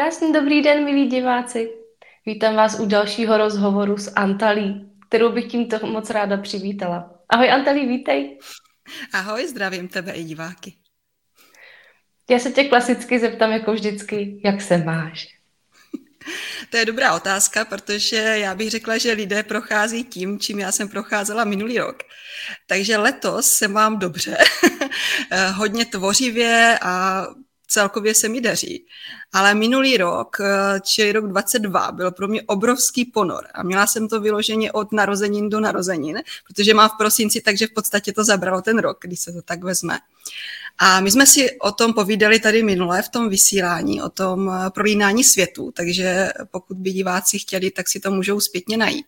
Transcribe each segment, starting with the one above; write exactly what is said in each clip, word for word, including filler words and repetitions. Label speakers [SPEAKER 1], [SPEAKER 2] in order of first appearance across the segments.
[SPEAKER 1] Krásný dobrý den, milí diváci. Vítám vás u dalšího rozhovoru s Antalí, kterou bych tímto moc ráda přivítala. Ahoj Antalí, vítej.
[SPEAKER 2] Ahoj, zdravím tebe i diváky.
[SPEAKER 1] Já se tě klasicky zeptám jako vždycky, jak se máš?
[SPEAKER 2] To je dobrá otázka, protože já bych řekla, že lidé prochází tím, čím já jsem procházela minulý rok. Takže letos se mám dobře, hodně tvořivě a celkově se mi daří. Ale minulý rok, čili rok dvacet dva, byl pro mě obrovský ponor a měla jsem to vyloženě od narozenin do narozenin, protože mám v prosinci, takže v podstatě to zabralo ten rok, když se to tak vezme. A my jsme si o tom povídali tady minule v tom vysílání, o tom prolínání světu, takže pokud by diváci chtěli, tak si to můžou zpětně najít.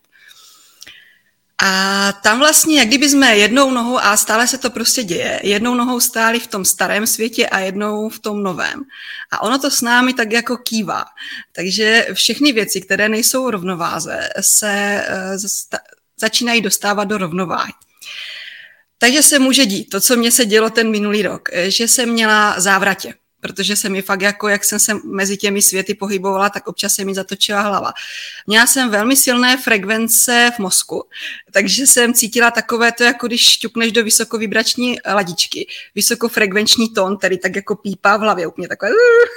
[SPEAKER 2] A tam vlastně, jak kdyby jsme jednou nohou, a stále se to prostě děje, jednou nohou stáli v tom starém světě a jednou v tom novém. A ono to s námi tak jako kývá. Takže všechny věci, které nejsou v rovnováze, se začínají dostávat do rovnováhy. Takže se může dít to, co mně se dělo ten minulý rok, že jsem měla závratě, protože se mi fakt jako, jak jsem se mezi těmi světy pohybovala, tak občas se mi zatočila hlava. Měla jsem velmi silné frekvence v mozku, takže jsem cítila takové to, jako když ťukneš do vysokovibrační ladičky, vysokofrekvenční tón, který tak jako pípá v hlavě, úplně takové,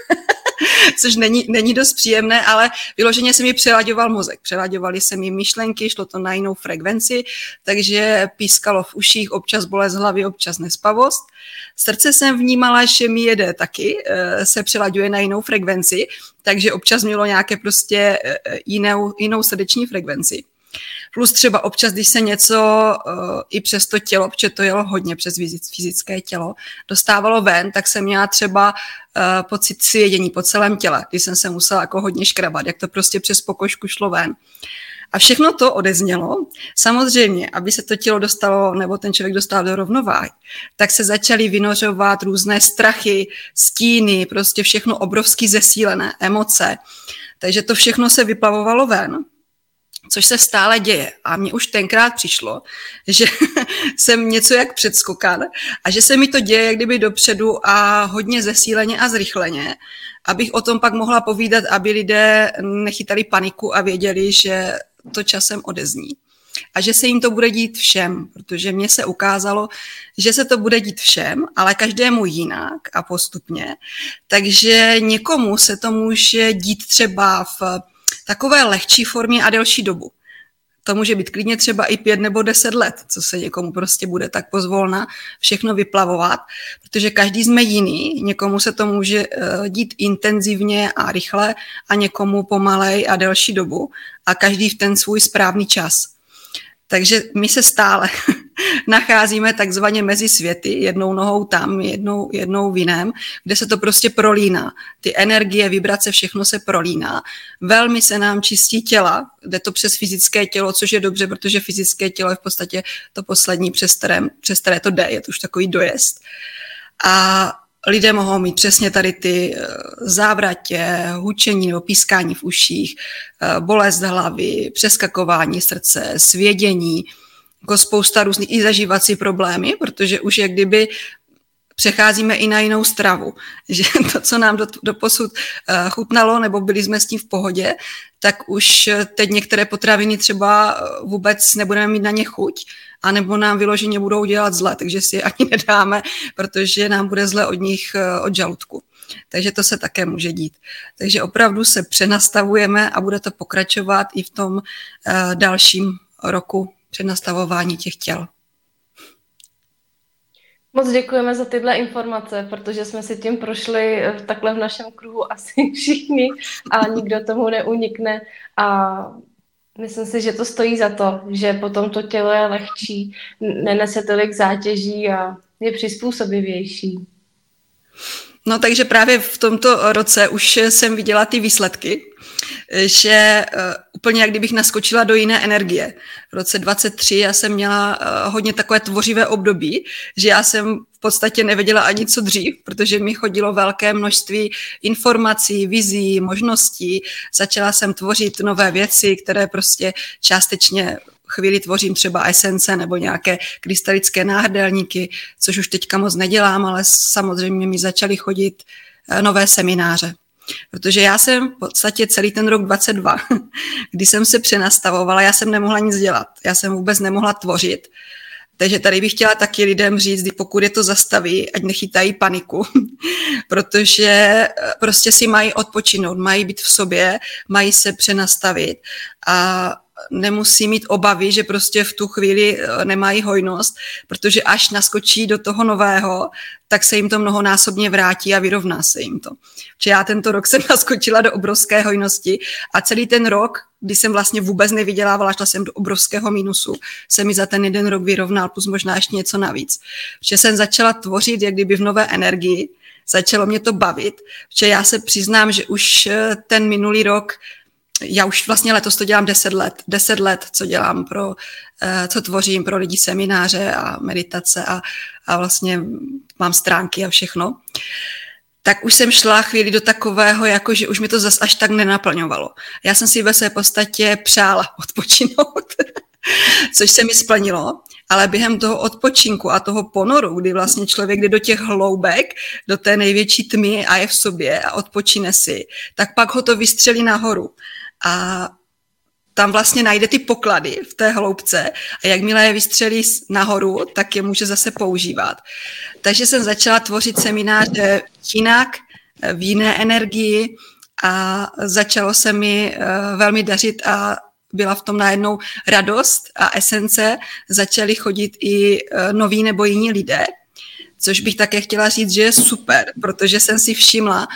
[SPEAKER 2] což není, není dost příjemné, ale vyloženě se mi přelaďoval mozek. Přelaďovaly se mi myšlenky, šlo to na jinou frekvenci, takže pískalo v uších, občas bolest hlavy, občas nespavost. Srdce jsem vnímala, že mi jede taky, se přelaďuje na jinou frekvenci, takže občas mělo nějaké prostě jinou, jinou srdeční frekvenci. Plus třeba občas, když se něco uh, i přes to tělo, protože to jelo hodně přes fyzické tělo, dostávalo ven, tak jsem měla třeba uh, pocit svědění po celém těle, když jsem se musela jako hodně škrabat, jak to prostě přes pokožku šlo ven. A všechno to odeznělo. Samozřejmě, aby se to tělo dostalo, nebo ten člověk dostal do rovnováhy, tak se začaly vynořovat různé strachy, stíny, prostě všechno obrovsky zesílené, emoce. Takže to všechno se vyplavovalo ven. Což se stále děje. A mně už tenkrát přišlo, že jsem něco jak předskokan a že se mi to děje jak kdyby dopředu a hodně zesíleně a zrychleně, abych o tom pak mohla povídat, aby lidé nechytali paniku a věděli, že to časem odezní. A že se jim to bude dít všem, protože mně se ukázalo, že se to bude dít všem, ale každému jinak a postupně. Takže někomu se to může dít třeba v takové lehčí formě a delší dobu. To může být klidně třeba i pět nebo deset let, co se někomu prostě bude tak pozvolna všechno vyplavovat, protože každý jsme jiný, někomu se to může dít intenzivně a rychle a někomu pomalej a delší dobu a každý v ten svůj správný čas. Takže my se stále nacházíme takzvaně mezi světy, jednou nohou tam, jednou, jednou v jiném, kde se to prostě prolíná. Ty energie, vibrace, všechno se prolíná. Velmi se nám čistí těla, jde to přes fyzické tělo, což je dobře, protože fyzické tělo je v podstatě to poslední, přes které, přes které to jde, je to už takový dojezd. A lidé mohou mít přesně tady ty závratě, hučení nebo pískání v uších, bolest hlavy, přeskakování srdce, svědění, jako spousta různých i zažívací problémy, protože už jak kdyby přecházíme i na jinou stravu. Že to, co nám do, do posud chutnalo, nebo byli jsme s tím v pohodě, tak už teď některé potraviny třeba vůbec nebudeme mít na ně chuť, anebo nám vyloženě budou dělat zle, takže si je ani nedáme, protože nám bude zle od nich, od žaludku. Takže to se také může dít. Takže opravdu se přenastavujeme a bude to pokračovat i v tom dalším roku přenastavování těch těl.
[SPEAKER 1] Moc děkujeme za tyhle informace, protože jsme si tím prošli takhle v našem kruhu asi všichni a nikdo tomu neunikne a myslím si, že to stojí za to, že potom to tělo je lehčí, nenese tolik zátěží a je přizpůsobivější.
[SPEAKER 2] No takže právě v tomto roce už jsem viděla ty výsledky, že uh, úplně jak kdybych naskočila do jiné energie. V roce dvacet tři já jsem měla uh, hodně takové tvořivé období, že já jsem v podstatě nevěděla ani co dřív, protože mi chodilo velké množství informací, vizí, možností. Začala jsem tvořit nové věci, které prostě částečně chvíli tvořím třeba esence nebo nějaké krystalické náhrdelníky, což už teďka moc nedělám, ale samozřejmě mi začaly chodit nové semináře. Protože já jsem v podstatě celý ten rok dvacet dva, kdy jsem se přenastavovala, já jsem nemohla nic dělat. Já jsem vůbec nemohla tvořit. Takže tady bych chtěla taky lidem říct, pokud je to zastaví, ať nechytají paniku, protože prostě si mají odpočinout, mají být v sobě, mají se přenastavit a nemusí mít obavy, že prostě v tu chvíli nemají hojnost, protože až naskočí do toho nového, tak se jim to mnohonásobně vrátí a vyrovná se jim to. Že já tento rok jsem naskočila do obrovské hojnosti a celý ten rok, kdy jsem vlastně vůbec nevydělávala, šla jsem do obrovského mínusu, se mi za ten jeden rok vyrovnal, plus možná ještě něco navíc. Že jsem začala tvořit jak kdyby v nové energii, začalo mě to bavit, že já se přiznám, že už ten minulý rok, já už vlastně letos to dělám deset let, deset let, co dělám pro, co tvořím pro lidi semináře a meditace a, a vlastně mám stránky a všechno. Tak už jsem šla chvíli do takového, jako že už mi to zas až tak nenaplňovalo. Já jsem si ve své podstatě přála odpočinout, což se mi splnilo, ale během toho odpočinku a toho ponoru, kdy vlastně člověk jde do těch hloubek, do té největší tmy a je v sobě a odpočine si, tak pak ho to vystřelí nahoru. A tam vlastně najde ty poklady v té hloubce a jakmile je vystřelí nahoru, tak je může zase používat. Takže jsem začala tvořit semináře jinak, v jiné energii a začalo se mi velmi dařit a byla v tom najednou radost a esence. Začali chodit i noví nebo jiní lidé, což bych také chtěla říct, že je super, protože jsem si všimla,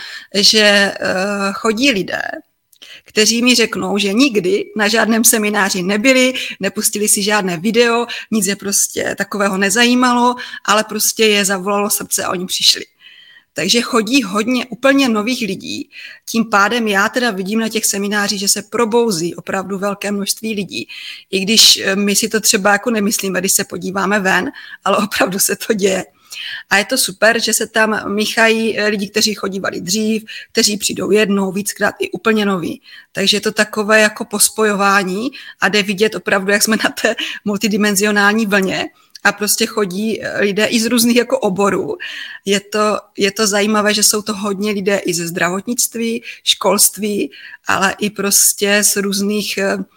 [SPEAKER 2] že chodí lidé, kteří mi řeknou, že nikdy na žádném semináři nebyli, nepustili si žádné video, nic je prostě takového nezajímalo, ale prostě je zavolalo srdce a oni přišli. Takže chodí hodně úplně nových lidí. Tím pádem já teda vidím na těch seminářích, že se probouzí opravdu velké množství lidí. I když my si to třeba jako nemyslíme, když se podíváme ven, ale opravdu se to děje. A je to super, že se tam míchají lidi, kteří chodívali dřív, kteří přijdou jednou, víckrát i úplně noví. Takže je to takové jako pospojování a jde vidět opravdu, jak jsme na té multidimenzionální vlně a prostě chodí lidé i z různých jako oborů. Je to, je to zajímavé, že jsou to hodně lidé i ze zdravotnictví, školství, ale i prostě z různých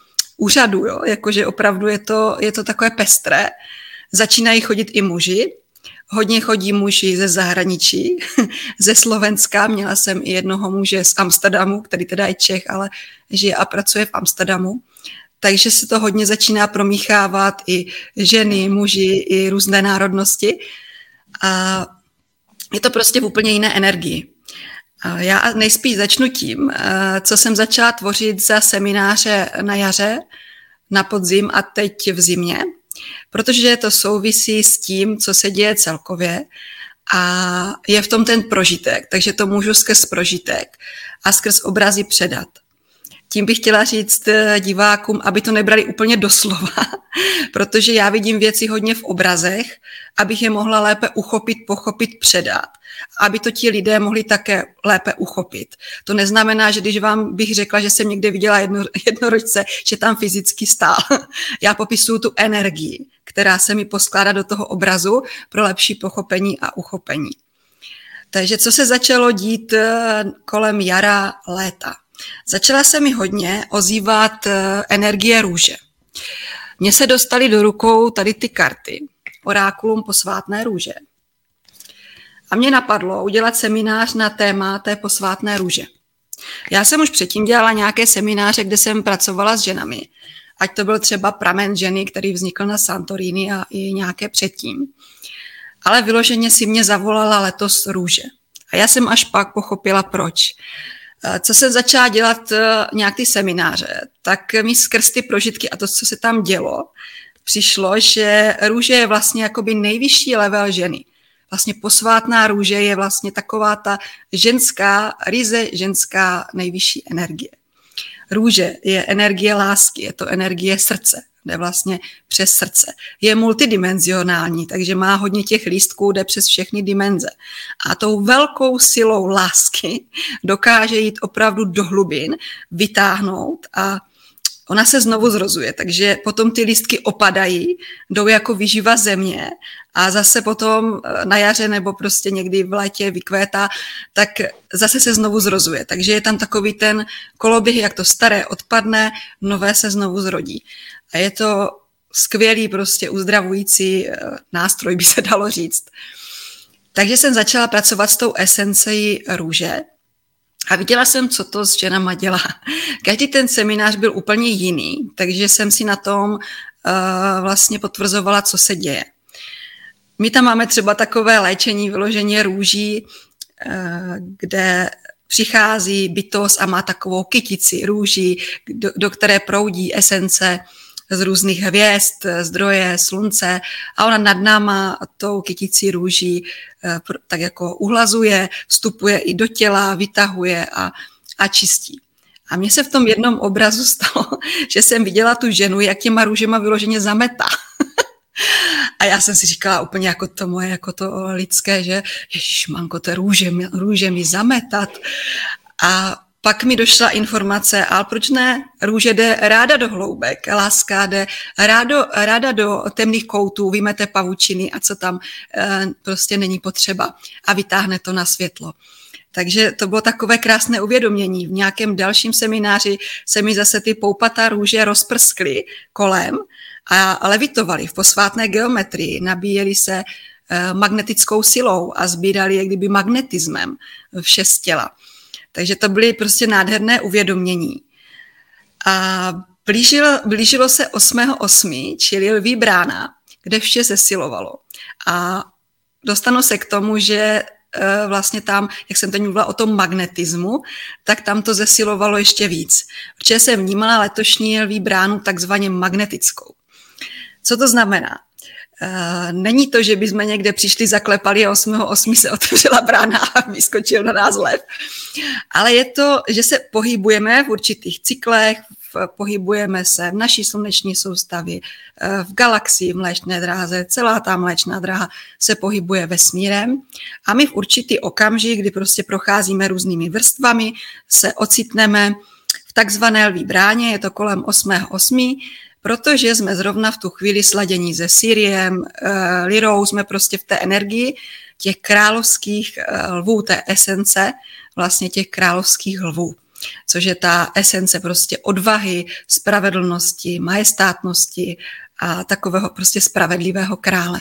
[SPEAKER 2] úřadů, jo? Jakože opravdu je to, je to takové pestré. Začínají chodit i muži. Hodně chodí muži ze zahraničí, ze Slovenska. Měla jsem i jednoho muže z Amsterdamu, který teda je Čech, ale žije a pracuje v Amsterdamu. Takže se to hodně začíná promíchávat i ženy, muži, i různé národnosti. A je to prostě v úplně jiné energii. Já nejspíš začnu tím, co jsem začala tvořit za semináře na jaře, na podzim a teď v zimě. Protože to souvisí s tím, co se děje celkově a je v tom ten prožitek, takže to můžu skrz prožitek a skrz obrazy předat. Tím bych chtěla říct divákům, aby to nebrali úplně doslova, protože já vidím věci hodně v obrazech, abych je mohla lépe uchopit, pochopit, předat. Aby to ti lidé mohli také lépe uchopit. To neznamená, že když vám bych řekla, že jsem někde viděla jedno, jednorožce, že tam fyzicky stál. Já popisuju tu energii, která se mi poskládá do toho obrazu pro lepší pochopení a uchopení. Takže co se začalo dít kolem jara, léta? Začala se mi hodně ozývat energie růže. Mně se dostaly do rukou tady ty karty, orákulum posvátné růže. A mě napadlo udělat seminář na téma té posvátné růže. Já jsem už předtím dělala nějaké semináře, kde jsem pracovala s ženami. Ať to byl třeba pramen ženy, který vznikl na Santorini a i nějaké předtím. Ale vyloženě si mě zavolala letos růže. A já jsem až pak pochopila, proč. Co jsem začala dělat nějak ty semináře, tak mi skrz ty prožitky a to, co se tam dělo, přišlo, že růže je vlastně jakoby nejvyšší level ženy. Vlastně posvátná růže je vlastně taková ta ženská, ryze ženská nejvyšší energie. Růže je energie lásky, je to energie srdce, jde vlastně přes srdce. Je multidimenzionální, takže má hodně těch lístků, jde přes všechny dimenze. A tou velkou silou lásky dokáže jít opravdu do hlubin, vytáhnout a ona se znovu zrozuje, takže potom ty lístky opadají, jdou jako výživa země a zase potom na jaře nebo prostě někdy v létě vykvétá, tak zase se znovu zrozuje. Takže je tam takový ten koloběh, jak to staré odpadne, nové se znovu zrodí. A je to skvělý prostě uzdravující nástroj, by se dalo říct. Takže jsem začala pracovat s tou esencí růže a viděla jsem, co to s ženama dělá. Každý ten seminář byl úplně jiný, takže jsem si na tom uh, vlastně potvrzovala, co se děje. My tam máme třeba takové léčení vyloženě růží, uh, kde přichází bytost a má takovou kytici růží, do, do které proudí esence z různých hvězd, zdroje, slunce a ona nad náma tou kyticí růží tak jako uhlazuje, vstupuje i do těla, vytahuje a, a čistí. A mně se v tom jednom obrazu stalo, že jsem viděla tu ženu, jak těma růžema vyloženě zametá. A já jsem si říkala úplně jako to moje, jako to lidské, že ježišmanko, to růže, růže mi zametat. A pak mi došla informace, ale proč ne, růže jde ráda do hloubek, láska jde rádo, ráda do temných koutů, vymete pavučiny a co tam e, prostě není potřeba a vytáhne to na světlo. Takže to bylo takové krásné uvědomění. V nějakém dalším semináři se mi zase ty poupatá růže rozprskly kolem a levitovaly v posvátné geometrii, nabíjeli se e, magnetickou silou a sbírali je kdyby magnetismem vše z těla. Takže to byly prostě nádherné uvědomění. A blížilo, blížilo se osmého osmého čili Lví brána, kde vše zesilovalo. A dostanu se k tomu, že vlastně tam, jak jsem teď mluvila o tom magnetismu, tak tam to zesilovalo ještě víc. Protože jsem vnímala letošní Lví bránu takzvaně magnetickou. Co to znamená? Není to, že bychom někde přišli, zaklepali a osmého osmého se otevřela brána a vyskočil na nás lev. Ale je to, že se pohybujeme v určitých cyklech, pohybujeme se v naší sluneční soustavě, v galaxii, v Mléčné dráze, celá ta Mléčná dráha se pohybuje vesmírem a my v určitý okamžik, kdy prostě procházíme různými vrstvami, se ocitneme v takzvané Lví bráně, je to kolem osmého osmého protože jsme zrovna v tu chvíli sladění se Siriem, Lirou, jsme prostě v té energii těch královských lvů, té esence vlastně těch královských lvů, což je ta esence prostě odvahy, spravedlnosti, majestátnosti a takového prostě spravedlivého krále.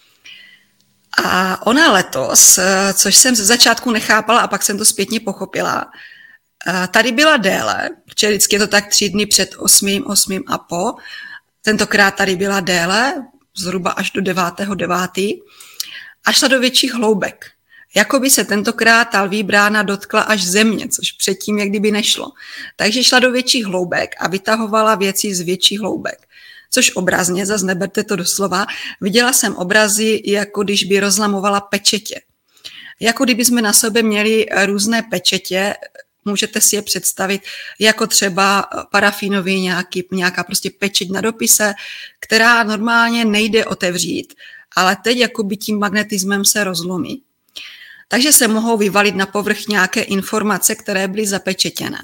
[SPEAKER 2] A ona letos, což jsem ze začátku nechápala a pak jsem to zpětně pochopila, tady byla déle, protože vždycky je to tak tři dny před osmým, osmým a po. Tentokrát tady byla déle, zhruba až do devátého devátého a šla do větších hloubek. Jakoby se tentokrát ta Lví brána dotkla až země, což předtím jak kdyby nešlo. Takže šla do větších hloubek a vytahovala věci z větších hloubek. Což obrazně, zase neberte to doslova, viděla jsem obrazy, jako když by rozlamovala pečetě. Jako kdyby jsme na sobě měli různé pečetě, můžete si je představit jako třeba parafínový nějaký, nějaká prostě pečeť na dopise, která normálně nejde otevřít, ale teď jakoby tím magnetismem se rozlomí. Takže se mohou vyvalit na povrch nějaké informace, které byly zapečetěné.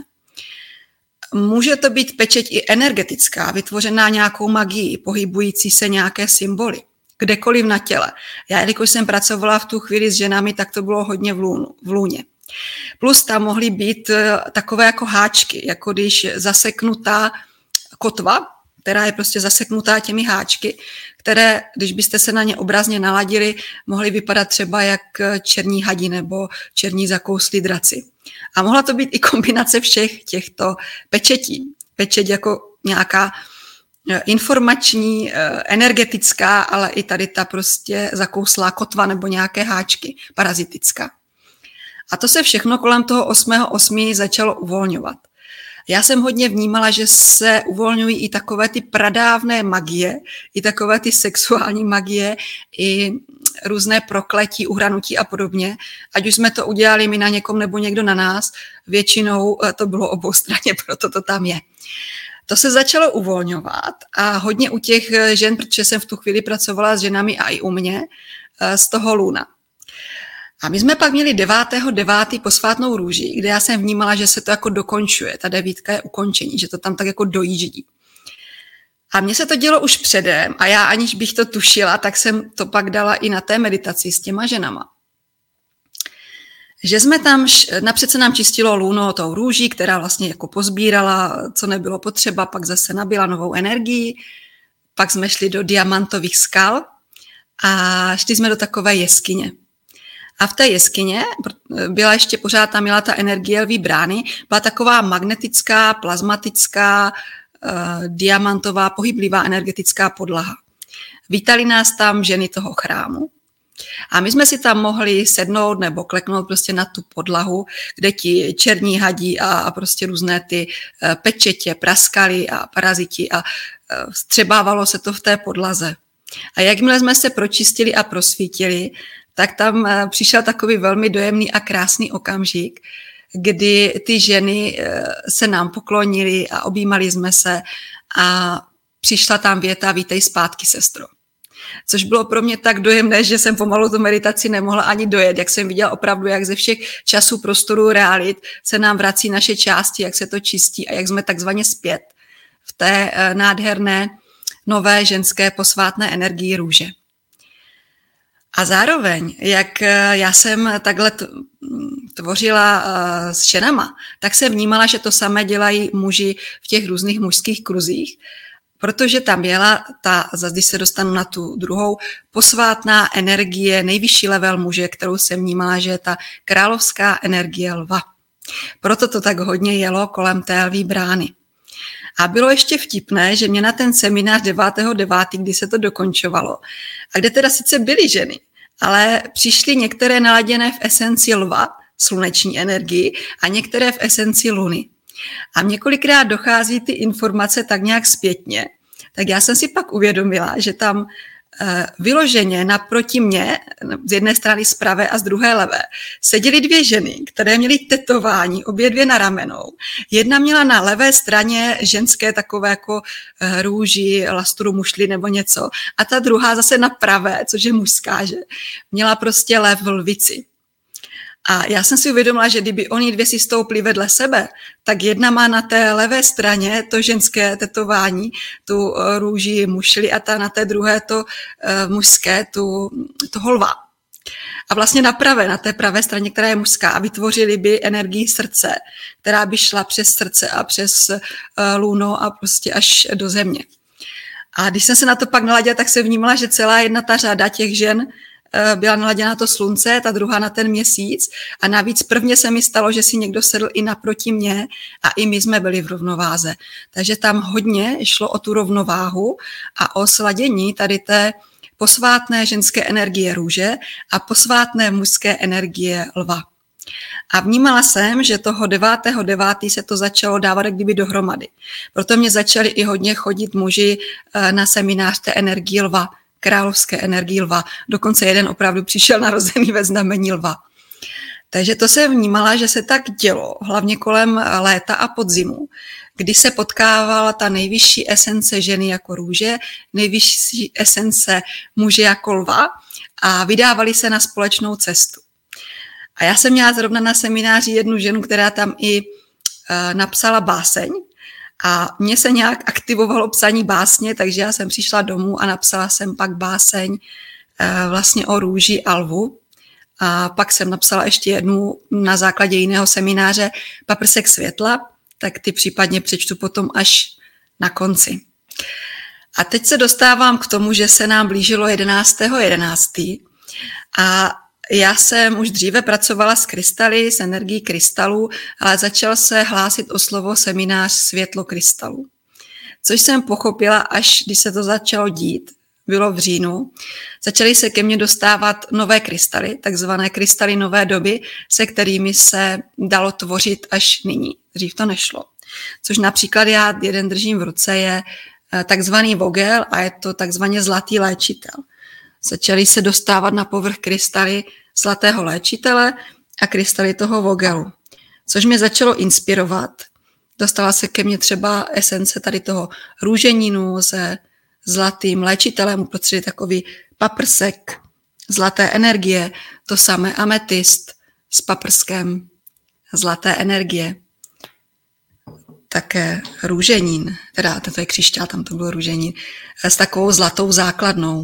[SPEAKER 2] Může to být pečeť i energetická, vytvořená nějakou magií, pohybující se nějaké symboly, kdekoliv na těle. Já, jelikož jsem pracovala v tu chvíli s ženami, tak to bylo hodně v, lůnu, v lůně. Plus tam mohly být takové jako háčky, jako když zaseknutá kotva, která je prostě zaseknutá těmi háčky, které, když byste se na ně obrazně naladili, mohly vypadat třeba jak černí hadi nebo černí zakouslí draci. A mohla to být i kombinace všech těchto pečetí. Pečeť jako nějaká informační, energetická, ale i tady ta prostě zakouslá kotva nebo nějaké háčky, parazitická. A to se všechno kolem toho osmého osmého začalo uvolňovat. Já jsem hodně vnímala, že se uvolňují i takové ty pradávné magie, i takové ty sexuální magie, i různé prokletí, uhranutí a podobně. Ať už jsme to udělali my na někom nebo někdo na nás, většinou to bylo oboustranně, proto to tam je. To se začalo uvolňovat a hodně u těch žen, protože jsem v tu chvíli pracovala s ženami a i u mě, z toho luna. A my jsme pak měli devátého devátý posvátnou růži, kde já jsem vnímala, že se to jako dokončuje. Ta devítka je ukončení, že to tam tak jako dojíždí. A mně se to dělo už předem a já aniž bych to tušila, tak jsem to pak dala i na té meditaci s těma ženama. Že jsme tam, napřed se nám čistilo lůno tou růží, která vlastně jako pozbírala, co nebylo potřeba, pak zase nabila novou energii, pak jsme šli do diamantových skal a šli jsme do takové jeskyně. A v té jeskyně byla ještě pořád tam měla ta energie lví brány, byla taková magnetická, plazmatická, uh, diamantová, pohyblivá energetická podlaha. Vítali nás tam ženy toho chrámu. A my jsme si tam mohli sednout nebo kleknout prostě na tu podlahu, kde ti černí hadí a, a prostě různé ty uh, pečetě praskali a paraziti a uh, střebávalo se to v té podlaze. A jakmile jsme se pročistili a prosvítili, tak tam přišel takový velmi dojemný a krásný okamžik, kdy ty ženy se nám poklonily a objímali jsme se a přišla tam věta: vítej zpátky, sestro. Což bylo pro mě tak dojemné, že jsem pomalu tu meditaci nemohla ani dojet, jak jsem viděla opravdu, jak ze všech časů, prostorů, realit se nám vrací naše části, jak se to čistí a jak jsme takzvaně zpět v té nádherné nové ženské posvátné energii růže. A zároveň, jak já jsem takhle tvořila s ženama, tak jsem vnímala, že to samé dělají muži v těch různých mužských kruzích, protože tam byla ta, zase když se dostanu na tu druhou, posvátná energie, nejvyšší level muže, kterou jsem vnímala, že je ta královská energie lva. Proto to tak hodně jelo kolem té lví brány. A bylo ještě vtipné, že mě na ten seminář devátého devátého kdy se to dokončovalo, a kde teda sice byly ženy, ale přišly některé naladěné v esenci lva, sluneční energii, a některé v esenci luny. A několikrát dochází ty informace tak nějak zpětně, tak já jsem si pak uvědomila, že tam vyloženě naproti mě, z jedné strany z pravé a z druhé levé, seděly dvě ženy, které měly tetování, obě dvě na ramenou. Jedna měla na levé straně ženské takové jako růži, lasturu mušli nebo něco, a ta druhá zase na pravé, což je mužská, že měla prostě lev v lvici. A já jsem si uvědomila, že kdyby oni dvě si stouply vedle sebe, tak jedna má na té levé straně to ženské tetování, tu růži mušli, a ta na té druhé to uh, mužské, tu, toho lva. A vlastně na pravé, na té pravé straně, která je mužská, a vytvořili by energii srdce, která by šla přes srdce a přes uh, lůno a prostě až do země. A když jsem se na to pak naladila, tak jsem vnímala, že celá jedna ta řada těch žen byla naladěna na to slunce, ta druhá na ten měsíc, a navíc prvně se mi stalo, že si někdo sedl i naproti mě a i my jsme byli v rovnováze. Takže tam hodně šlo o tu rovnováhu a o sladění tady té posvátné ženské energie růže a posvátné mužské energie lva. A vnímala jsem, že toho devátého devátého se to začalo dávat jak kdyby dohromady. Proto mě začali i hodně chodit muži na seminář té energie lva, královské energii lva. Dokonce jeden opravdu přišel narozený ve znamení lva. Takže to jsem vnímala, že se tak dělo, hlavně kolem léta a podzimu, kdy se potkávala ta nejvyšší esence ženy jako růže, nejvyšší esence muže jako lva a vydávali se na společnou cestu. A já jsem měla zrovna na semináři jednu ženu, která tam i uh, napsala báseň, a mně se nějak aktivovalo psaní básně, takže já jsem přišla domů a napsala jsem pak báseň uh, vlastně o růži a lvu. A pak jsem napsala ještě jednu na základě jiného semináře Paprsek světla, tak ty případně přečtu potom až na konci. A teď se dostávám k tomu, že se nám blížilo jedenáctého jedenáctého a já jsem už dříve pracovala s krystaly, s energií krystalů, ale začal se hlásit o slovo seminář Světlo krystalů. Což jsem pochopila, až když se to začalo dít, bylo v říjnu. Začaly se ke mně dostávat nové krystaly, takzvané krystaly nové doby, se kterými se dalo tvořit až nyní. Dřív to nešlo. Což například já jeden držím v ruce, je takzvaný vogel a je to takzvaně zlatý léčitel. Začaly se dostávat na povrch krystaly zlatého léčitele a krystaly toho vogelu. Což mě začalo inspirovat. Dostala se ke mně třeba esence tady toho růženinu se zlatým léčitelem, protože je takový paprsek zlaté energie, to samé ametyst s paprskem, zlaté energie. Také růženín, teda to je křišťál, tam to bylo růženín, s takovou zlatou základnou.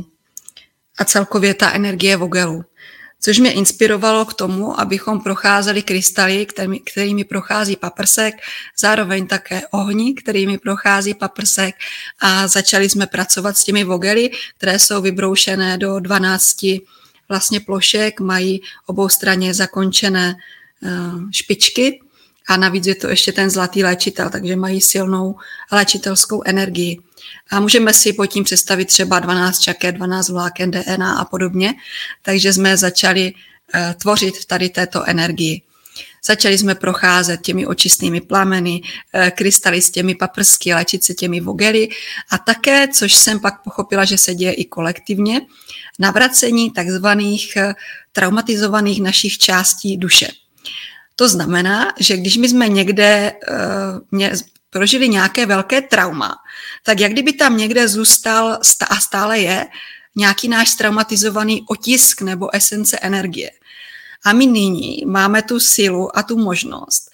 [SPEAKER 2] A celkově ta energie vogelu. Což mě inspirovalo k tomu, abychom procházeli krystaly, kterými, kterými prochází paprsek, zároveň také ohni, kterými prochází paprsek, a začali jsme pracovat s těmi vogely, které jsou vybroušené do dvanácti vlastně plošek, mají oboustraně zakončené uh, špičky a navíc je to ještě ten zlatý léčitel, takže mají silnou léčitelskou energii. A můžeme si pod tím představit třeba dvanáct čaker, dvanáct vláken D N A a podobně. Takže jsme začali uh, tvořit tady této energii. Začali jsme procházet těmi očistnými plameny, uh, krystaly s těmi paprsky, léčit se těmi vogely a také, což jsem pak pochopila, že se děje i kolektivně, navracení takzvaných uh, traumatizovaných našich částí duše. To znamená, že když my jsme někde uh, mě, prožili nějaké velké trauma, tak jak kdyby tam někde zůstal a stále je nějaký náš traumatizovaný otisk nebo esence energie. A my nyní máme tu sílu a tu možnost,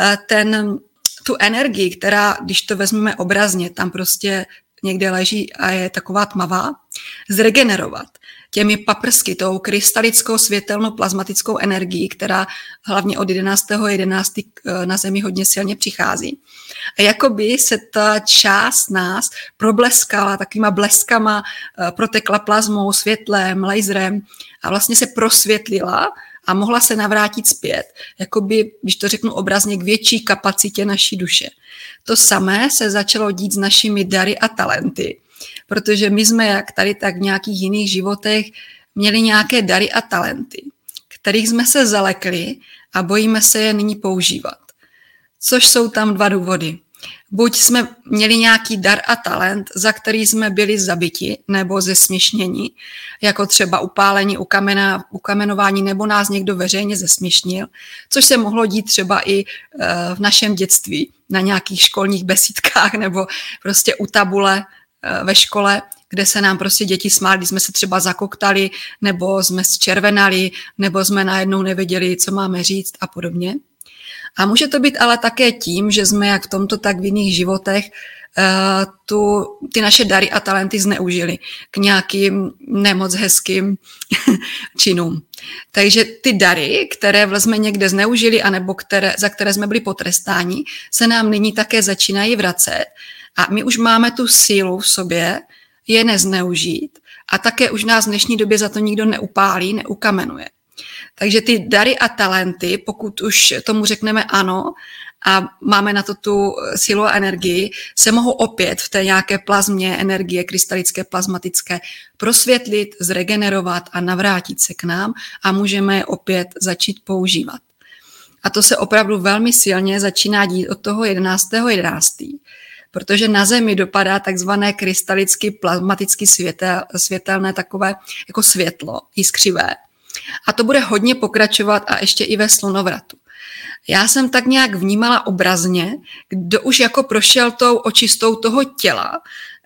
[SPEAKER 2] ten, tu energii, která, když to vezmeme obrazně, tam prostě někde leží a je taková tmavá, zregenerovat těmi paprsky, tou krystalickou světelnou plazmatickou energií, která hlavně od jedenáctého jedenáctého na Zemi hodně silně přichází. A jakoby se ta část nás probleskala takovýma bleskama, protekla plazmou, světlem, laserem a vlastně se prosvětlila a mohla se navrátit zpět, jakoby, když to řeknu obrazně, k větší kapacitě naší duše. To samé se začalo dít s našimi dary a talenty, protože my jsme jak tady, tak v nějakých jiných životech měli nějaké dary a talenty, kterých jsme se zalekli a bojíme se je nyní používat. Což jsou tam dva důvody. Buď jsme měli nějaký dar a talent, za který jsme byli zabiti nebo zesměšněni, jako třeba upálení, ukamena, ukamenování, nebo nás někdo veřejně zesměšnil, což se mohlo dít třeba i v našem dětství, na nějakých školních besídkách nebo prostě u tabule ve škole, kde se nám prostě děti smály, když jsme se třeba zakoktali, nebo jsme zčervenali, nebo jsme najednou nevěděli, co máme říct a podobně. A může to být ale také tím, že jsme jak v tomto, tak v jiných životech uh, tu, ty naše dary a talenty zneužili k nějakým nemoc hezkým činům. Takže ty dary, které jsme někde zneužili, anebo které, za které jsme byli potrestáni, se nám nyní také začínají vracet. A my už máme tu sílu v sobě je nezneužít a také už nás v dnešní době za to nikdo neupálí, neukamenuje. Takže ty dary a talenty, pokud už tomu řekneme ano a máme na to tu sílu a energii, se mohou opět v té nějaké plazmě energie, krystalické, plazmatické, prosvětlit, zregenerovat a navrátit se k nám a můžeme je opět začít používat. A to se opravdu velmi silně začíná dít od toho jedenáctého jedenáctého protože na Zemi dopadá takzvané krystalicky plazmaticky světel, světelné takové jako světlo, jiskřivé. A to bude hodně pokračovat a ještě i ve slunovratu. Já jsem tak nějak vnímala obrazně, kdo už jako prošel tou očistou toho těla,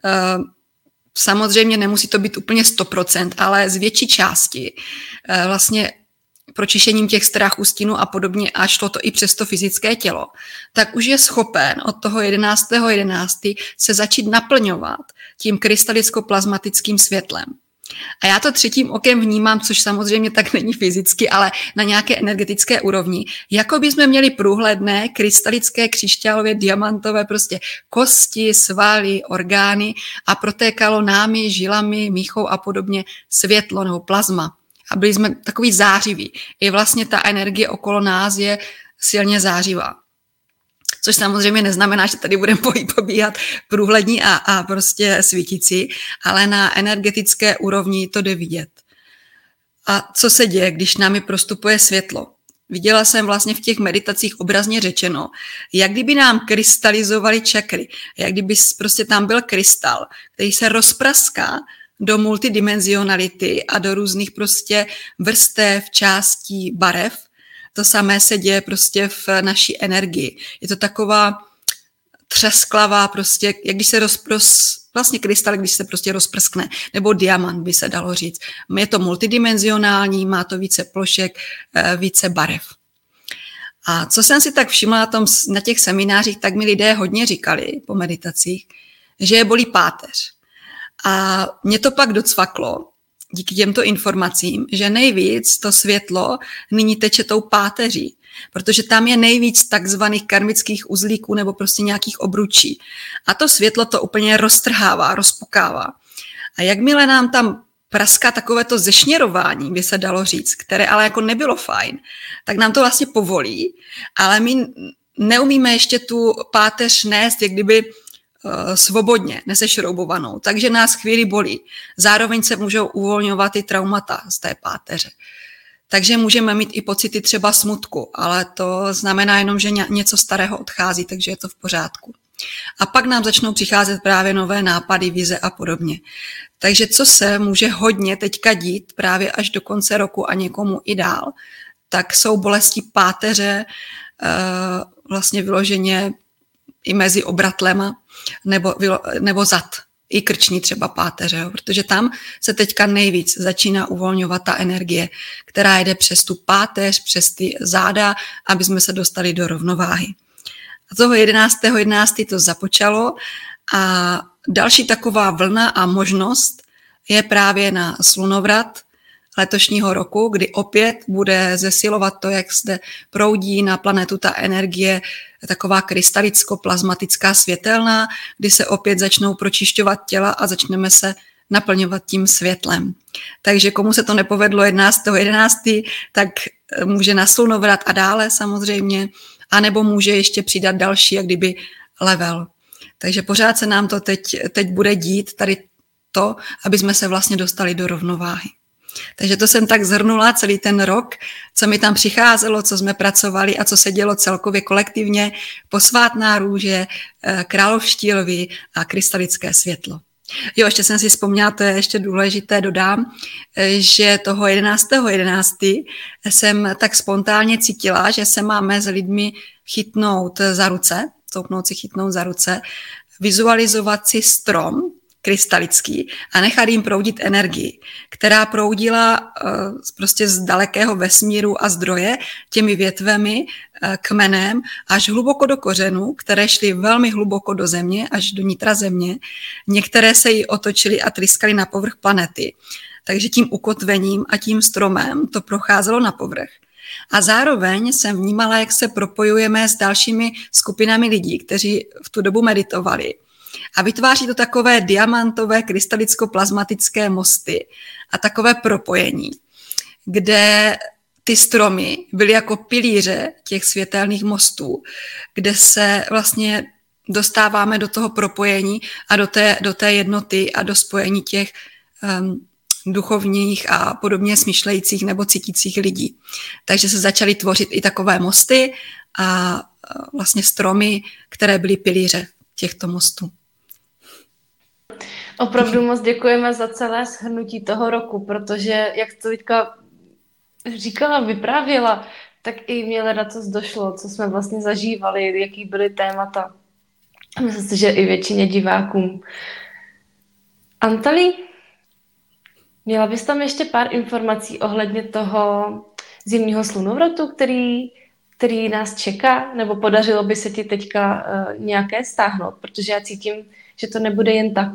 [SPEAKER 2] samozřejmě nemusí to být úplně sto procent, ale z větší části vlastně pročišením těch strachů, stínů a podobně a šlo to i přes to fyzické tělo, tak už je schopen od toho jedenáctého jedenáctého se začít naplňovat tím krystalicko-plazmatickým světlem. A já to třetím okem vnímám, což samozřejmě tak není fyzicky, ale na nějaké energetické úrovni. Jako by jsme měli průhledné, krystalické, křišťálové, diamantové prostě kosti, svaly, orgány a protékalo námi, žilami, míchou a podobně světlo nebo plazma. A byli jsme takový zářiví. I vlastně ta energie okolo nás je silně zářivá. Což samozřejmě neznamená, že tady budeme pobíhat průhlední a, a prostě svítící, ale na energetické úrovni to jde vidět. A co se děje, když námi prostupuje světlo? Viděla jsem vlastně v těch meditacích obrazně řečeno, jak kdyby nám krystalizovaly čakry, jak kdyby prostě tam byl krystal, který se rozpraská do multidimenzionality a do různých prostě vrstev, částí, barev. To samé se děje prostě v naší energii. Je to taková třesklavá prostě, jak když se roz, roz, vlastně krystal, když se prostě rozprskne, nebo diamant by se dalo říct. Je to multidimenzionální, má to více plošek, více barev. A co jsem si tak všimla na, tom, na těch seminářích, tak mi lidé hodně říkali po meditacích, že je bolí páteř. A mě to pak docvaklo díky těmto informacím, že nejvíc to světlo nyní teče tou páteří, protože tam je nejvíc takzvaných karmických uzlíků nebo prostě nějakých obručí. A to světlo to úplně roztrhává, rozpukává. A jakmile nám tam praská takovéto zešněrování, by se dalo říct, které ale jako nebylo fajn, tak nám to vlastně povolí, ale my neumíme ještě tu páteř nést, jak kdyby uh, svobodně, nesešroubovanou, takže nás chvíli bolí. Zároveň se můžou uvolňovat i traumata z té páteře. Takže můžeme mít i pocity třeba smutku, ale to znamená jenom, že něco starého odchází, takže je to v pořádku. A pak nám začnou přicházet právě nové nápady, vize a podobně. Takže co se může hodně teďka dít právě až do konce roku a někomu i dál, tak jsou bolesti páteře, vlastně vyloženě i mezi obratlema nebo, nebo zad, i krční třeba páteře, jo, protože tam se teďka nejvíc začíná uvolňovat ta energie, která jde přes tu páteř, přes ty záda, aby jsme se dostali do rovnováhy. A toho jedenáctého jedenáctého to započalo a další taková vlna a možnost je právě na slunovrat letošního roku, kdy opět bude zesilovat to, jak zde proudí na planetu ta energie, taková krystalicko-plazmatická světelná, kdy se opět začnou pročišťovat těla a začneme se naplňovat tím světlem. Takže komu se to nepovedlo jedenáctého jedenáctého tak může na slunovrat a dále samozřejmě, anebo může ještě přidat další, jak kdyby level. Takže pořád se nám to teď, teď bude dít, tady to, aby jsme se vlastně dostali do rovnováhy. Takže to jsem tak zhrnula celý ten rok, co mi tam přicházelo, co jsme pracovali a co se dělo celkově kolektivně, posvátná růže, královští lvi a krystalické světlo. Jo, ještě jsem si vzpomněla, to je ještě důležité, dodám, že toho jedenáctého jedenáctého jsem tak spontánně cítila, že se máme s lidmi chytnout za ruce, stoupnout si chytnout za ruce, vizualizovat si strom, krystalický a nechat jim proudit energii, která proudila uh, prostě z dalekého vesmíru a zdroje těmi větvemi, uh, kmenem až hluboko do kořenů, které šly velmi hluboko do země, až do nitra země. Některé se jí otočily a tryskaly na povrch planety. Takže tím ukotvením a tím stromem to procházelo na povrch. A zároveň jsem vnímala, jak se propojujeme s dalšími skupinami lidí, kteří v tu dobu meditovali. A vytváří to takové diamantové krystalicko-plazmatické mosty a takové propojení, kde ty stromy byly jako pilíře těch světelných mostů, kde se vlastně dostáváme do toho propojení a do té, do té jednoty a do spojení těch um, duchovních a podobně smýšlejících nebo cítících lidí. Takže se začaly tvořit i takové mosty a vlastně stromy, které byly pilíře těchto mostů.
[SPEAKER 1] Opravdu moc děkujeme za celé shrnutí toho roku, protože jak to teďka říkala, vyprávěla, tak i mě ledaco došlo, co jsme vlastně zažívali, jaký byly témata. Myslím si, že i většině divákům. Antali, měla bys tam ještě pár informací ohledně toho zimního slunovratu, který, který nás čeká, nebo podařilo by se ti teďka uh, nějaké stáhnout, protože já cítím, že to nebude jen tak.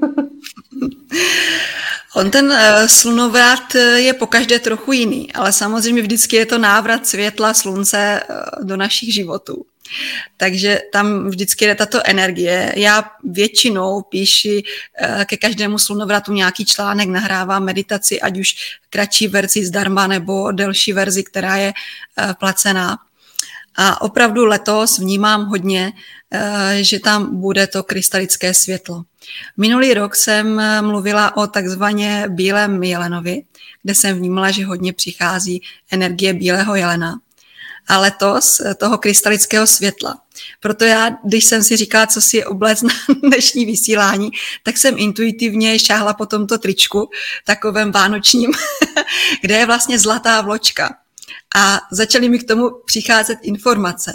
[SPEAKER 2] On ten uh, slunovrat je pokaždé trochu jiný, ale samozřejmě vždycky je to návrat světla, slunce uh, do našich životů. Takže tam vždycky je tato energie. Já většinou píši uh, ke každému slunovratu nějaký článek, nahrávám meditaci, ať už kratší verzi zdarma nebo delší verzi, která je uh, placená. A opravdu letos vnímám hodně, že tam bude to krystalické světlo. Minulý rok jsem mluvila o takzvaně bílém jelenovi, kde jsem vnímala, že hodně přichází energie bílého jelena. A letos toho krystalického světla. Proto já, když jsem si říkala, co si oblec na dnešní vysílání, tak jsem intuitivně šáhla po tomto tričku, takovém vánočním, kde je vlastně zlatá vločka. A začaly mi k tomu přicházet informace.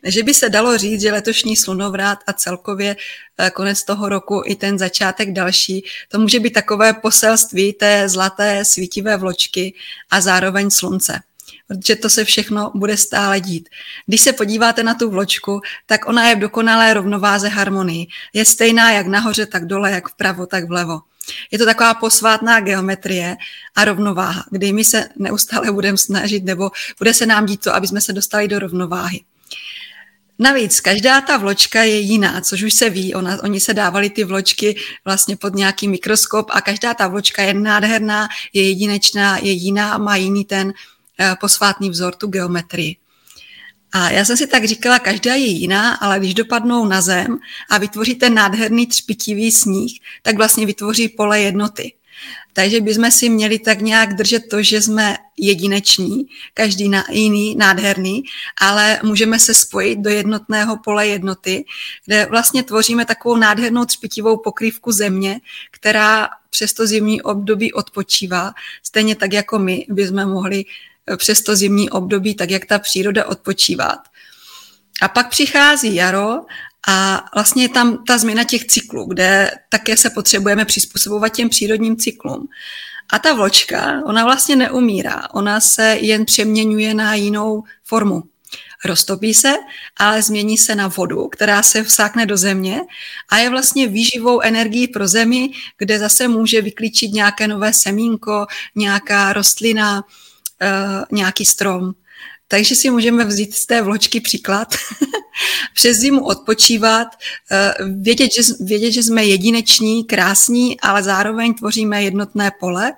[SPEAKER 2] že by se dalo říct, že letošní slunovrat a celkově konec toho roku i ten začátek další, to může být takové poselství té zlaté svítivé vločky a zároveň slunce. Protože to se všechno bude stále dít. Když se podíváte na tu vločku, tak ona je v dokonalé rovnováze harmonii. Je stejná jak nahoře, tak dole, jak vpravo, tak vlevo. Je to taková posvátná geometrie a rovnováha, kdy my se neustále budeme snažit, nebo bude se nám dít to, aby jsme se dostali do rovnováhy. Navíc každá ta vločka je jiná, což už se ví. Ona, oni se dávali ty vločky vlastně pod nějaký mikroskop a každá ta vločka je nádherná, je jedinečná, je jiná, má jiný ten posvátný vzor, tu geometrii. A já jsem si tak říkala, každá je jiná, ale když dopadnou na zem a vytvoří ten nádherný třpitivý sníh, tak vlastně vytvoří pole jednoty. Takže bychom si měli tak nějak držet to, že jsme jedineční, každý na, jiný, nádherný, ale můžeme se spojit do jednotného pole jednoty, kde vlastně tvoříme takovou nádhernou třpitivou pokrývku země, která přes to zimní období odpočívá, stejně tak jako my bychom mohli přes to zimní období, tak jak ta příroda odpočívat. A pak přichází jaro a vlastně je tam ta změna těch cyklů, kde také se potřebujeme přizpůsobovat těm přírodním cyklům. A ta vločka, ona vlastně neumírá, ona se jen přeměňuje na jinou formu. Roztopí se, ale změní se na vodu, která se vsákne do země a je vlastně výživou energií pro zemi, kde zase může vyklíčit nějaké nové semínko, nějaká rostlina, Uh, nějaký strom. Takže si můžeme vzít z té vločky příklad, přes zimu odpočívat, uh, vědět že, vědět, že jsme jedineční, krásní, ale zároveň tvoříme jednotné pole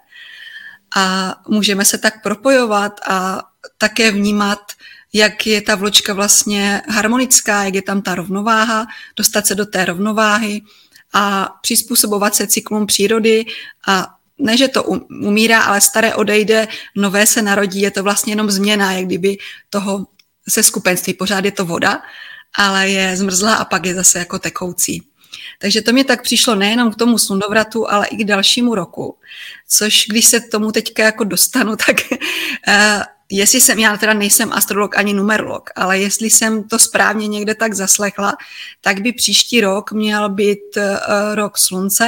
[SPEAKER 2] a můžeme se tak propojovat a také vnímat, jak je ta vločka vlastně harmonická, jak je tam ta rovnováha, dostat se do té rovnováhy a přizpůsobovat se cyklům přírody a ne, že to umírá, ale staré odejde, nové se narodí, je to vlastně jenom změna, jak kdyby toho seskupenství. Pořád je to voda, ale je zmrzlá a pak je zase jako tekoucí. Takže to mi tak přišlo nejenom k tomu slunovratu, ale i k dalšímu roku, což když se tomu teďka jako dostanu, tak uh, jestli jsem, já teda nejsem astrolog ani numerolog, ale jestli jsem to správně někde tak zaslechla, tak by příští rok měl být uh, rok slunce,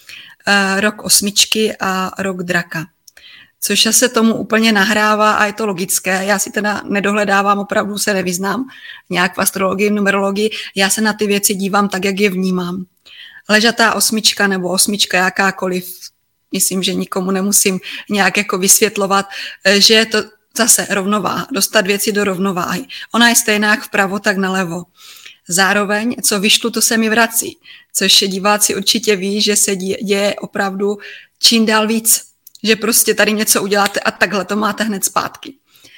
[SPEAKER 2] rok osmičky a rok draka. Což se tomu úplně nahrává a je to logické. Já si teda nedohledávám, opravdu se nevyznám nějak v astrologii, v numerologii. Já se na ty věci dívám tak, jak je vnímám. Ležatá osmička nebo osmička jakákoliv, myslím, že nikomu nemusím nějak jako vysvětlovat, že je to zase rovnováha, dostat věci do rovnováhy. Ona je stejná jak vpravo, tak nalevo. Zároveň, co vyšlu, to se mi vrací, což diváci určitě ví, že se děje opravdu čím dál víc, že prostě tady něco uděláte a takhle to máte hned zpátky.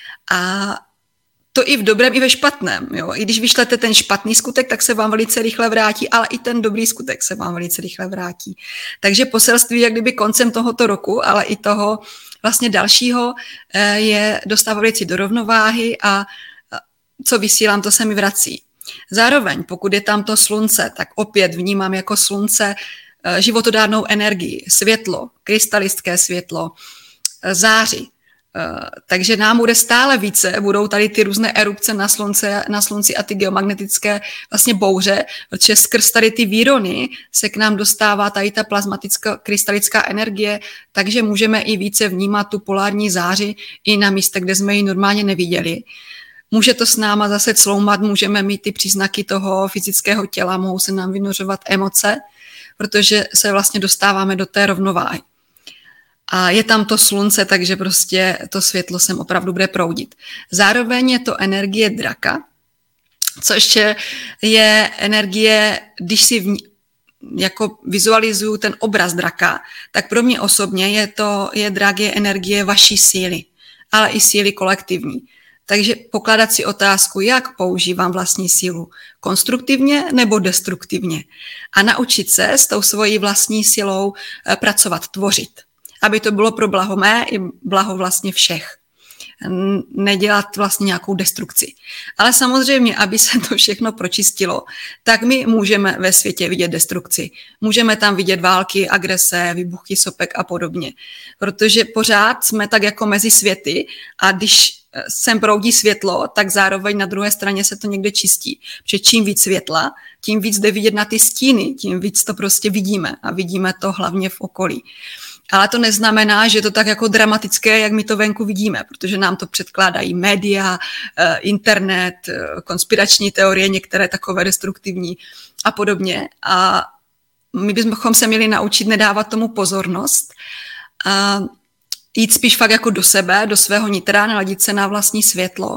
[SPEAKER 2] A to i v dobrém, i ve špatném. Jo? I když vyšlete ten špatný skutek, tak se vám velice rychle vrátí, ale i ten dobrý skutek se vám velice rychle vrátí. Takže poselství, jak kdyby koncem tohoto roku, ale i toho vlastně dalšího, je dostávat věci do rovnováhy a co vysílám, to se mi vrací. Zároveň, pokud je tam to slunce, tak opět vnímám jako slunce životodárnou energii, světlo, krystalické světlo, záři. Takže nám bude stále více, budou tady ty různé erupce na, slunce, na slunci a ty geomagnetické vlastně bouře, protože skrz tady ty výrony se k nám dostává tady ta plazmatická krystalická energie, takže můžeme i více vnímat tu polární záři i na místech, kde jsme ji normálně neviděli. Může to s náma zase cloumat, můžeme mít ty příznaky toho fyzického těla, mohou se nám vynořovat emoce, protože se vlastně dostáváme do té rovnováhy. A je tam to slunce, takže prostě to světlo sem opravdu bude proudit. Zároveň je to energie draka, což je energie, když si v, jako vizualizuju ten obraz draka, tak pro mě osobně je to, je drak je energie vaší síly, ale i síly kolektivní. Takže pokládat si otázku, jak používám vlastní sílu, konstruktivně nebo destruktivně. A naučit se s tou svojí vlastní silou pracovat, tvořit. Aby to bylo pro blaho mé i blaho vlastně všech. Nedělat vlastně nějakou destrukci. Ale samozřejmě, aby se to všechno pročistilo, tak my můžeme ve světě vidět destrukci. Můžeme tam vidět války, agrese, výbuchy sopek a podobně. Protože pořád jsme tak jako mezi světy a když sem proudí světlo, tak zároveň na druhé straně se to někde čistí. Protože čím víc světla, tím víc jde vidět na ty stíny, tím víc to prostě vidíme a vidíme to hlavně v okolí. Ale to neznamená, že je to tak jako dramatické, jak my to venku vidíme, protože nám to předkládají média, internet, konspirační teorie, některé takové destruktivní a podobně. A my bychom se měli naučit nedávat tomu pozornost a jít spíš fakt jako do sebe, do svého nitra, naladit se na vlastní světlo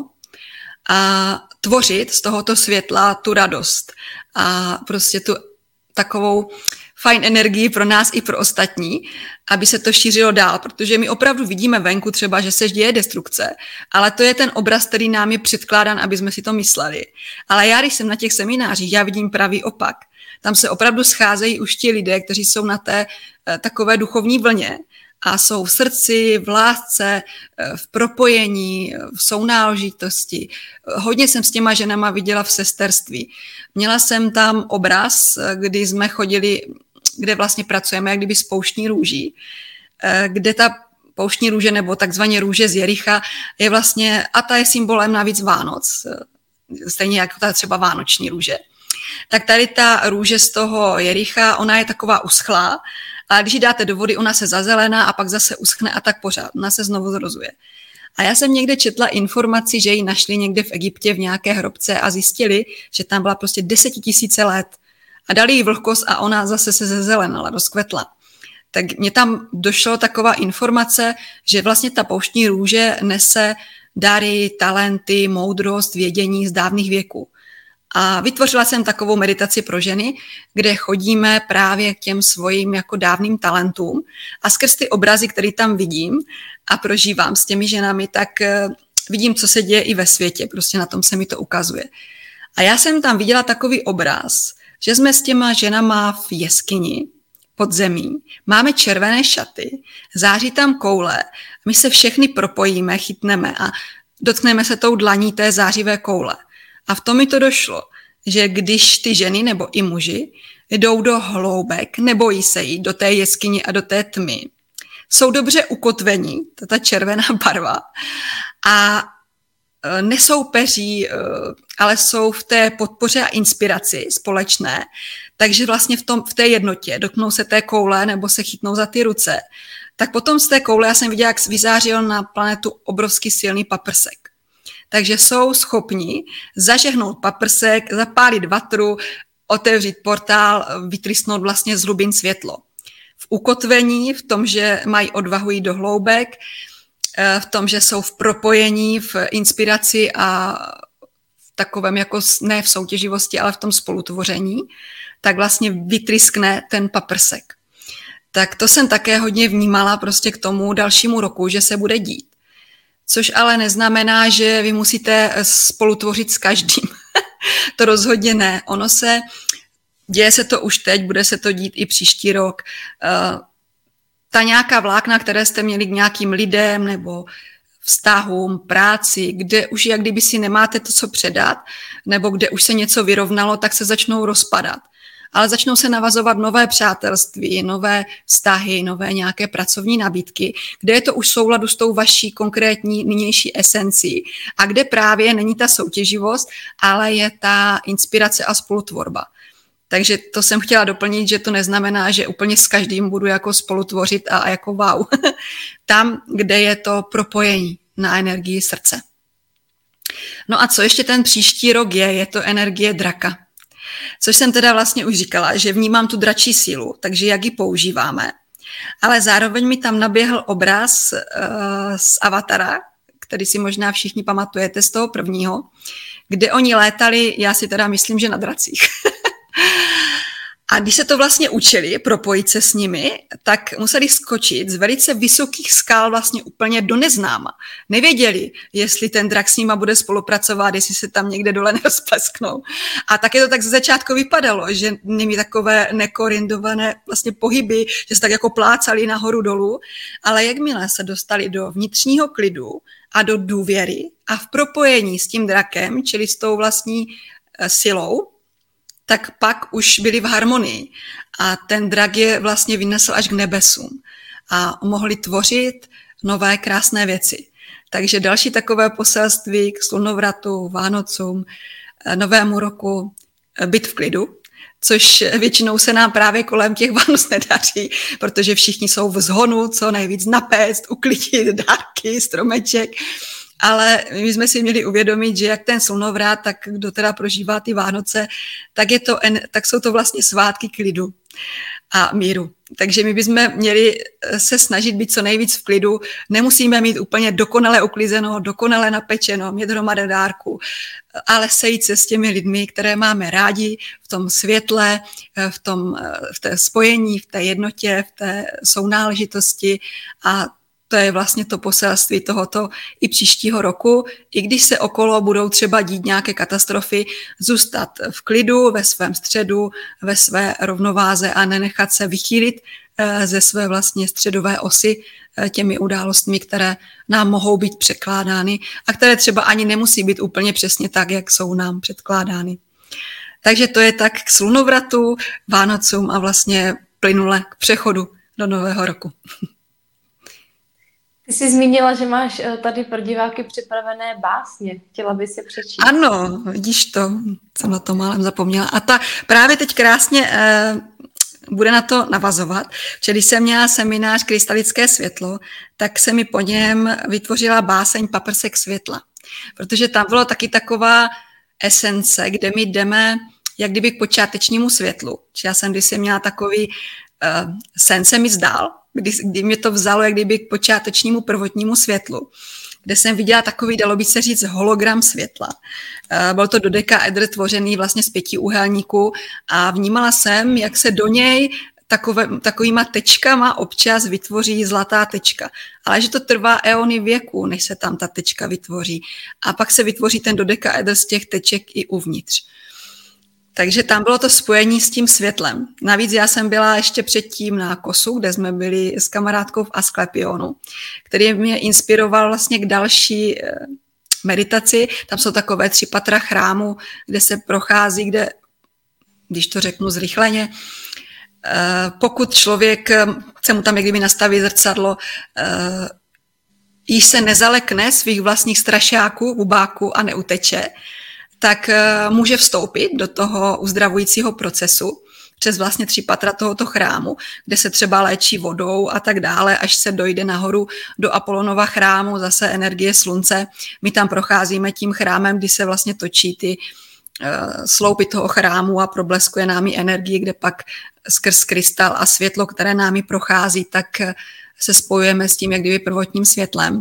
[SPEAKER 2] a tvořit z tohoto světla tu radost a prostě tu takovou fajn energii pro nás i pro ostatní, aby se to šířilo dál, protože my opravdu vidíme venku třeba, že se děje destrukce, ale to je ten obraz, který nám je předkládán, aby jsme si to mysleli. Ale já, když jsem na těch seminářích, já vidím pravý opak. Tam se opravdu scházejí už ti lidé, kteří jsou na té takové duchovní vlně a jsou v srdci, v lásce, v propojení, v sounáležitosti. Hodně jsem s těma ženama viděla v sesterství. Měla jsem tam obraz, kdy jsme chodili, kde vlastně pracujeme, jak kdyby s pouštní růží, kde ta pouštní růže nebo takzvaně růže z Jericha je vlastně, a ta je symbolem navíc Vánoc, stejně jako ta třeba vánoční růže. Tak tady ta růže z toho Jericha, ona je taková uschlá, a když ji dáte do vody, ona se zazelená a pak zase uschne a tak pořád. Ona se znovu zrozuje. A já jsem někde četla informaci, že ji našli někde v Egyptě v nějaké hrobce a zjistili, že tam byla prostě desetitisíce let. A dali jí vlhkost a ona zase se zezelenala, rozkvetla. Tak mně tam došlo taková informace, že vlastně ta pouštní růže nese dary, talenty, moudrost, vědění z dávných věků. A vytvořila jsem takovou meditaci pro ženy, kde chodíme právě k těm svojím jako dávným talentům a skrz ty obrazy, které tam vidím a prožívám s těmi ženami, tak vidím, co se děje i ve světě, prostě na tom se mi to ukazuje. A já jsem tam viděla takový obraz, že jsme s těma ženama v jeskyni pod zemí, máme červené šaty, září tam koule, my se všechny propojíme, chytneme a dotkneme se tou dlaní té zářivé koule. A v tom mi to došlo, že když ty ženy nebo i muži jdou do hloubek, nebojí se jít do té jeskyně a do té tmy, jsou dobře ukotvení, to ta červená barva, a nesoupeří, ale jsou v té podpoře a inspiraci společné, takže vlastně v, tom, v té jednotě dotknou se té koule nebo se chytnou za ty ruce, tak potom z té koule já jsem viděla, jak vyzářil na planetu obrovský silný paprsek. Takže jsou schopni zažehnout paprsek, zapálit vatru, otevřít portál, vytrysnout vlastně z hlubin světlo. V ukotvení, v tom, že mají odvahu jít do hloubek, v tom, že jsou v propojení, v inspiraci a v takovém jako ne v soutěživosti, ale v tom spolutvoření, tak vlastně vytryskne ten paprsek. Tak to jsem také hodně vnímala prostě k tomu dalšímu roku, že se bude dít. Což ale neznamená, že vy musíte spolutvořit s každým. To rozhodně ne. Ono se, děje se to už teď, bude se to dít i příští rok. Ta nějaká vlákna, které jste měli k nějakým lidem nebo vztahům, práci, kde už jak kdyby si nemáte to, co předat, nebo kde už se něco vyrovnalo, tak se začnou rozpadat. Ale začnou se navazovat nové přátelství, nové vztahy, nové nějaké pracovní nabídky, kde je to už v souladu s tou vaší konkrétní nynější esencí a kde právě není ta soutěživost, ale je ta inspirace a spolutvorba. Takže to jsem chtěla doplnit, že to neznamená, že úplně s každým budu jako spolutvořit a, a jako wow. Tam, kde je to propojení na energii srdce. No a co ještě ten příští rok je, je to energie draka. Což jsem teda vlastně už říkala, že vnímám tu dračí sílu, takže jak ji používáme. Ale zároveň mi tam naběhl obraz uh, z Avatara, který si možná všichni pamatujete z toho prvního, kde oni létali, já si teda myslím, že na dracích. A když se to vlastně učili propojit se s nimi, tak museli skočit z velice vysokých skal vlastně úplně do neznáma. Nevěděli, jestli ten drak s nima bude spolupracovat, jestli se tam někde dole nerozplesknou. A také to tak ze začátku vypadalo, že měli takové nekoordinované vlastně pohyby, že se tak jako plácali nahoru dolů, ale jakmile se dostali do vnitřního klidu a do důvěry a v propojení s tím drakem, čili s tou vlastní silou, tak pak už byli v harmonii a ten drak je vlastně vynesl až k nebesům a mohli tvořit nové krásné věci. Takže další takové poselství k slunovratu, Vánocům, Novému roku, být v klidu, což většinou se nám právě kolem těch Vánoc nedaří, protože všichni jsou v zhonu, co nejvíc napéct, uklidit dárky, stromeček. Ale my jsme si měli uvědomit, že jak ten slunovrat, tak kdo teda prožívá ty Vánoce, tak, je to, tak jsou to vlastně svátky klidu a míru. Takže my bychom měli se snažit být co nejvíc v klidu. Nemusíme mít úplně dokonale uklizeno, dokonale napečeno, mít hromadu dárku, ale sejít se s těmi lidmi, které máme rádi, v tom světle, v tom v té spojení, v té jednotě, v té sounáležitosti, a to je vlastně to poselství tohoto i příštího roku. I když se okolo budou třeba dít nějaké katastrofy, zůstat v klidu, ve svém středu, ve své rovnováze a nenechat se vychýlit ze své vlastně středové osy těmi událostmi, které nám mohou být překládány a které třeba ani nemusí být úplně přesně tak, jak jsou nám předkládány. Takže to je tak k slunovratu, Vánocům a vlastně plynule k přechodu do nového roku.
[SPEAKER 1] Ty jsi zmínila, že máš tady pro diváky připravené básně. Chtěla bys je přečíst?
[SPEAKER 2] Ano, vidíš to, jsem na to málem zapomněla. A ta právě teď krásně eh, bude na to navazovat. Když jsem měla seminář Krystalické světlo, tak se mi po něm vytvořila báseň Paprsek světla. Protože tam bylo taky taková esence, kde my jdeme jak kdyby k počátečnímu světlu. Já jsem když jsem měla takový uh, sen se mi zdál, kdy, kdy mě to vzalo jak kdyby k počátečnímu prvotnímu světlu, kde jsem viděla takový, dalo by se říct, hologram světla. Byl to dodekaedr tvořený vlastně z pěti úhelníků a vnímala jsem, jak se do něj takové, takovýma tečkama občas vytvoří zlatá tečka. Ale že to trvá eony věku, než se tam ta tečka vytvoří. A pak se vytvoří ten dodekaedr z těch teček i uvnitř. Takže tam bylo to spojení s tím světlem. Navíc já jsem byla ještě předtím na Kosu, kde jsme byli s kamarádkou v Asklepionu, který mě inspiroval vlastně k další meditaci. Tam jsou takové tři patra chrámu, kde se prochází, kde, když to řeknu zrychleně, pokud člověk chce mu tam jak kdyby nastavit zrcadlo, již se nezalekne svých vlastních strašáků, bubáků a neuteče, tak může vstoupit do toho uzdravujícího procesu přes vlastně tři patra tohoto chrámu, kde se třeba léčí vodou a tak dále, až se dojde nahoru do Apolonova chrámu, zase energie slunce. My tam procházíme tím chrámem, kdy se vlastně točí ty uh, sloupy toho chrámu a probleskuje námi energii, kde pak skrz krystal a světlo, které námi prochází, tak se spojujeme s tím jak kdyby prvotním světlem.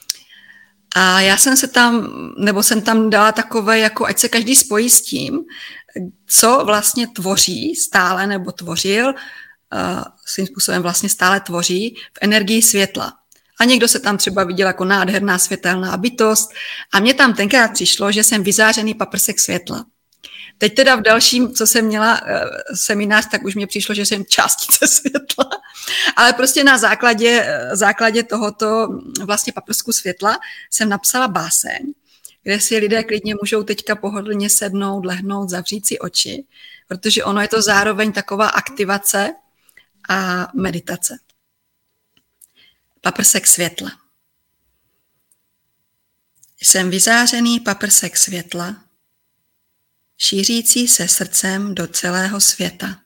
[SPEAKER 2] A já jsem se tam, nebo jsem tam dala takové, jako ať se každý spojí s tím, co vlastně tvoří stále, nebo tvořil, uh, svým způsobem vlastně stále tvoří v energii světla. A někdo se tam třeba viděl jako nádherná světelná bytost a mně tam tenkrát přišlo, že jsem vyzářený paprsek světla. Teď teda v dalším, co jsem měla uh, seminář, tak už mě přišlo, že jsem částice světla. Ale prostě na základě, základě tohoto vlastně paprsku světla jsem napsala báseň, kde si lidé klidně můžou teďka pohodlně sednout, lehnout, zavřít si oči, protože ono je to zároveň taková aktivace a meditace. Paprsek světla. Jsem vyzářený paprsek světla, šířící se srdcem do celého světa.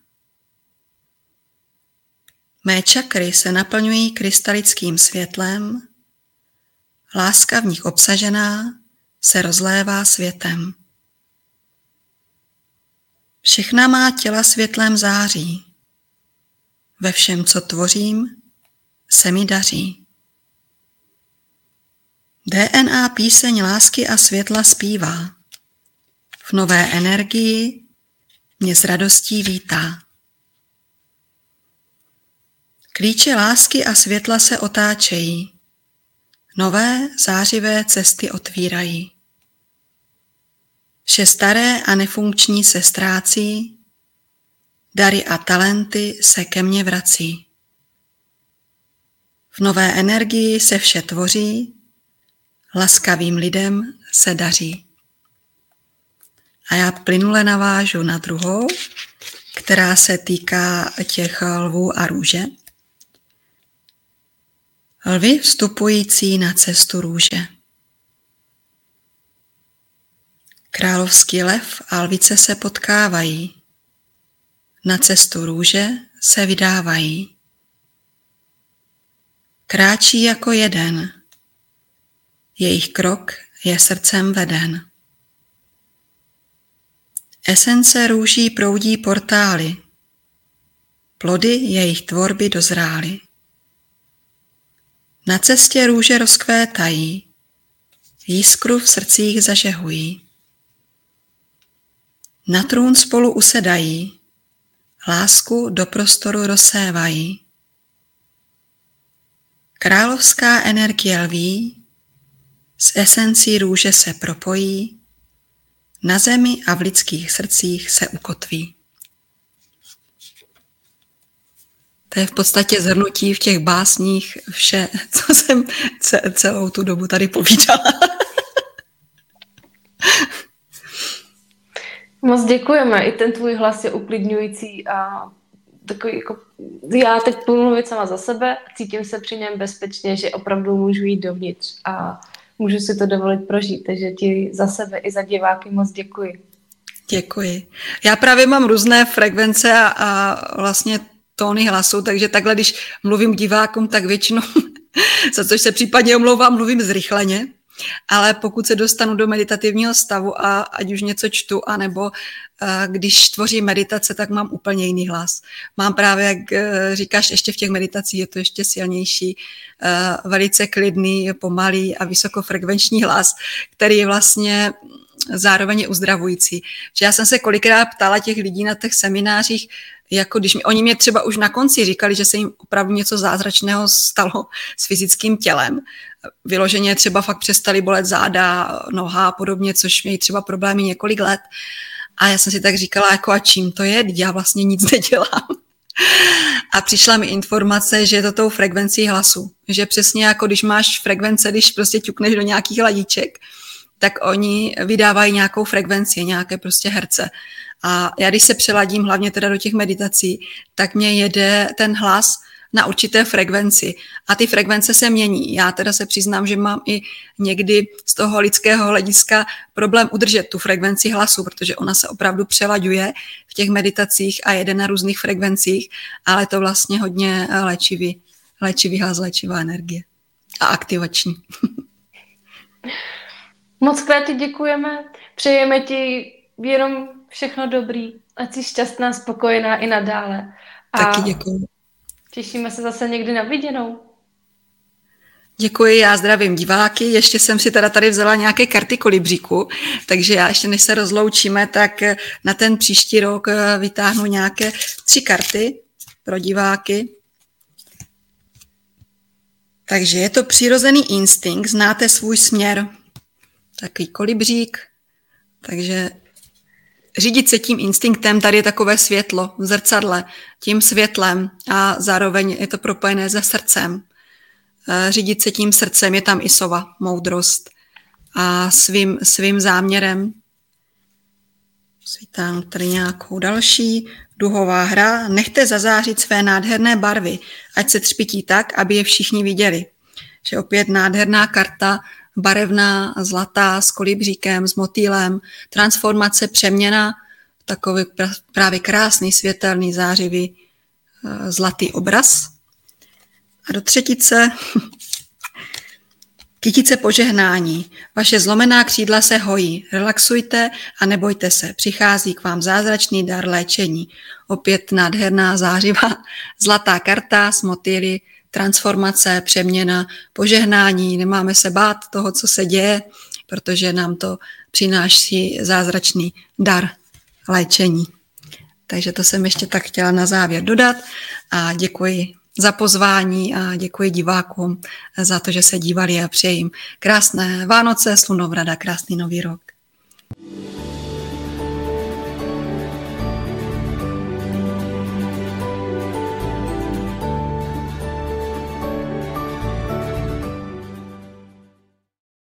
[SPEAKER 2] Mé čakry se naplňují krystalickým světlem, láska v nich obsažená se rozlévá světem. Všechna má těla světlem září, ve všem, co tvořím, se mi daří. D N A píseň lásky a světla zpívá, v nové energii mě s radostí vítá. Klíče lásky a světla se otáčejí, nové zářivé cesty otvírají. Vše staré a nefunkční se ztrácí, dary a talenty se ke mně vrací. V nové energii se vše tvoří, laskavým lidem se daří. A já plynule navážu na druhou, která se týká těch lvů a růže. Lvy vstupující na cestu růže. Královský lev a lvice se potkávají. Na cestu růže se vydávají. Kráčí jako jeden. Jejich krok je srdcem veden. Esence růží proudí portály. Plody jejich tvorby dozrály. Na cestě růže rozkvétají. Jiskru v srdcích zažehují. Na trůn spolu usedají. Lásku do prostoru rozsévají. Královská energie lví s esencí růže se propojí, na zemi a v lidských srdcích se ukotví. To je v podstatě zhrnutí v těch básních vše, co jsem celou tu dobu tady povídala.
[SPEAKER 1] Moc děkujeme, i ten tvůj hlas je uklidňující a takový jako, já teď budu mluvit sama za sebe, cítím se při něm bezpečně, že opravdu můžu jít dovnitř a můžu si to dovolit prožít, takže ti za sebe i za diváky moc děkuji.
[SPEAKER 2] Děkuji. Já právě mám různé frekvence a, a vlastně tóny hlasu, takže takhle, když mluvím k divákům, tak většinou, za což se případně omlouvám, mluvím zrychleně. Ale pokud se dostanu do meditativního stavu a ať už něco čtu, anebo když tvořím meditace, tak mám úplně jiný hlas. Mám právě, jak říkáš, ještě v těch meditacích je to ještě silnější, velice klidný, pomalý a vysokofrekvenční hlas, který je vlastně zároveň uzdravující. Že já jsem se kolikrát ptala těch lidí na těch seminářích, jako když mi, oni mě třeba už na konci říkali, že se jim opravdu něco zázračného stalo s fyzickým tělem. Vyloženě třeba fakt přestali bolet záda, noha a podobně, což mějí třeba problémy několik let. A já jsem si tak říkala, jako a čím to je, já vlastně nic nedělám. A přišla mi informace, že je to tou frekvencí hlasu. Že přesně jako když máš frekvence, když prostě ťukneš do nějakých ladíček, tak oni vydávají nějakou frekvenci, nějaké prostě herce. A já když se přeladím hlavně teda do těch meditací, tak mě jede ten hlas na určité frekvenci. A ty frekvence se mění. Já teda se přiznám, že mám i někdy z toho lidského hlediska problém udržet tu frekvenci hlasu, protože ona se opravdu přelaďuje v těch meditacích a jede na různých frekvencích, ale to vlastně hodně léčivý, léčivý hlas, léčivá energie a aktivační.
[SPEAKER 1] Moc krát ti děkujeme, přejeme ti jenom všechno dobrý, ať jsi šťastná, spokojená i nadále. A
[SPEAKER 2] taky děkuji.
[SPEAKER 1] Těšíme se zase někdy na viděnou.
[SPEAKER 2] Děkuji, já zdravím diváky. Ještě jsem si teda tady vzala nějaké karty kolibříku, takže já ještě než se rozloučíme, tak na ten příští rok vytáhnu nějaké tři karty pro diváky. Takže je to přirozený instinkt, znáte svůj směr. Takový kolibřík, takže řídit se tím instinktem, tady je takové světlo v zrcadle, tím světlem a zároveň je to propojené se srdcem. Řídit se tím srdcem, je tam i sova, moudrost a svým, svým záměrem. Svítám tady nějakou další duhová hra. Nechte zazářit své nádherné barvy, ať se třpití tak, aby je všichni viděli. Že opět nádherná karta, barevná, zlatá, s kolibříkem, s motýlem, transformace, přeměna, takový právě krásný, světelný, zářivý, zlatý obraz. A do třetice kytice požehnání. Vaše zlomená křídla se hojí. Relaxujte a nebojte se. Přichází k vám zázračný dar léčení. Opět nádherná, zářivá, zlatá karta s motýly, transformace, přeměna, požehnání. Nemáme se bát toho, co se děje, protože nám to přináší zázračný dar léčení. Takže to jsem ještě tak chtěla na závěr dodat a děkuji za pozvání a děkuji divákům za to, že se dívali a přeji jim krásné Vánoce, slunovrada, krásný nový rok.